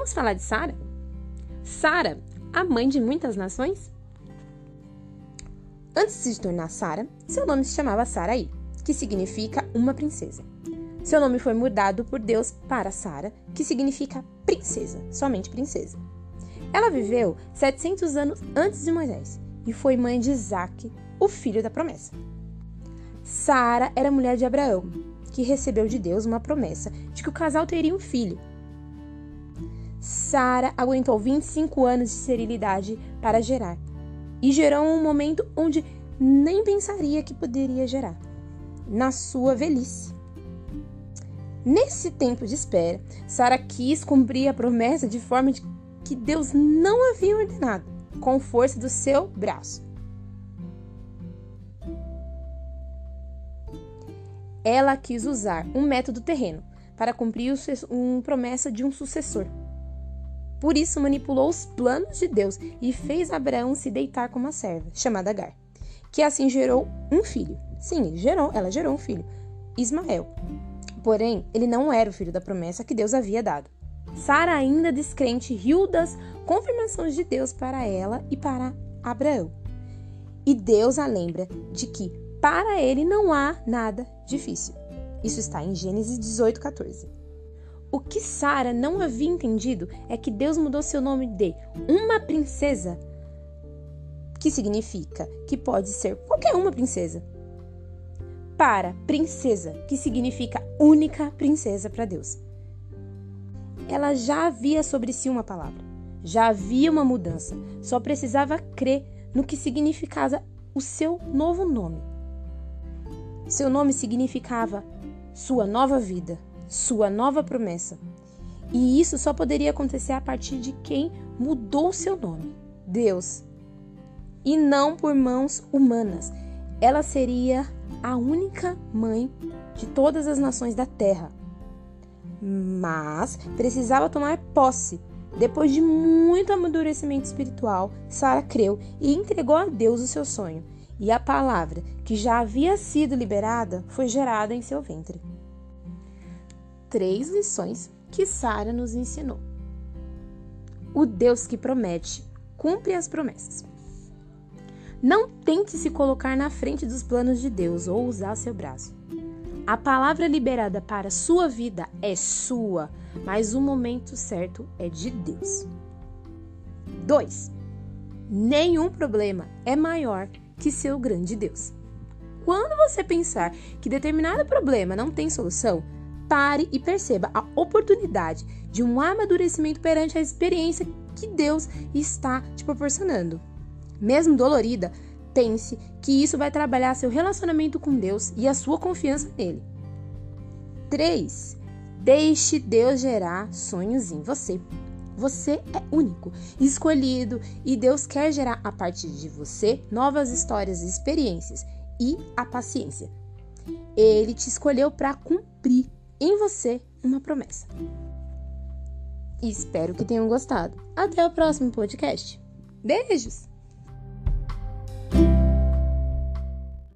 Vamos falar de Sara? Sara, a mãe de muitas nações? Antes de se tornar Sara, seu nome se chamava Sarai, que significa uma princesa. Seu nome foi mudado por Deus para Sara, que significa princesa, somente princesa. Ela viveu 700 anos antes de Moisés e foi mãe de Isaque, o filho da promessa. Sara era mulher de Abraão, que recebeu de Deus uma promessa de que o casal teria um filho. Sara aguentou 25 anos de esterilidade para gerar, e gerou um momento onde nem pensaria que poderia gerar, na sua velhice. Nesse tempo de espera, Sara quis cumprir a promessa de forma que Deus não havia ordenado, com força do seu braço. Ela quis usar um método terreno para cumprir uma promessa de um sucessor. Por isso manipulou os planos de Deus e fez Abraão se deitar com uma serva, chamada Agar, que assim gerou um filho. Sim, ela gerou um filho, Ismael. Porém, ele não era o filho da promessa que Deus havia dado. Sara, ainda descrente, riu das confirmações de Deus para ela e para Abraão. E Deus a lembra de que para ele não há nada difícil. Isso está em Gênesis 18:14. O que Sara não havia entendido é que Deus mudou seu nome de uma princesa, que significa que pode ser qualquer uma princesa, para princesa, que significa única princesa para Deus. Ela já havia sobre si uma palavra, já havia uma mudança, só precisava crer no que significava o seu novo nome. Seu nome significava sua nova vida, sua nova promessa. E isso só poderia acontecer a partir de quem mudou seu nome, Deus. E não por mãos humanas. Ela seria a única mãe de todas as nações da terra. Mas precisava tomar posse. Depois de muito amadurecimento espiritual, Sara creu e entregou a Deus o seu sonho. E a palavra que já havia sido liberada foi gerada em seu ventre. 3 lições que Sara nos ensinou. O Deus que promete, cumpre as promessas. Não tente se colocar na frente dos planos de Deus ou usar seu braço. A palavra liberada para sua vida é sua, mas o momento certo é de Deus. 2. Nenhum problema é maior que seu grande Deus. Quando você pensar que determinado problema não tem solução, pare e perceba a oportunidade de um amadurecimento perante a experiência que Deus está te proporcionando. Mesmo dolorida, pense que isso vai trabalhar seu relacionamento com Deus e a sua confiança nele. 3. Deixe Deus gerar sonhos em você. Você é único, escolhido, e Deus quer gerar a partir de você novas histórias e experiências e a paciência. Ele te escolheu para cumprir em você uma promessa. Espero que tenham gostado. Até o próximo podcast. Beijos!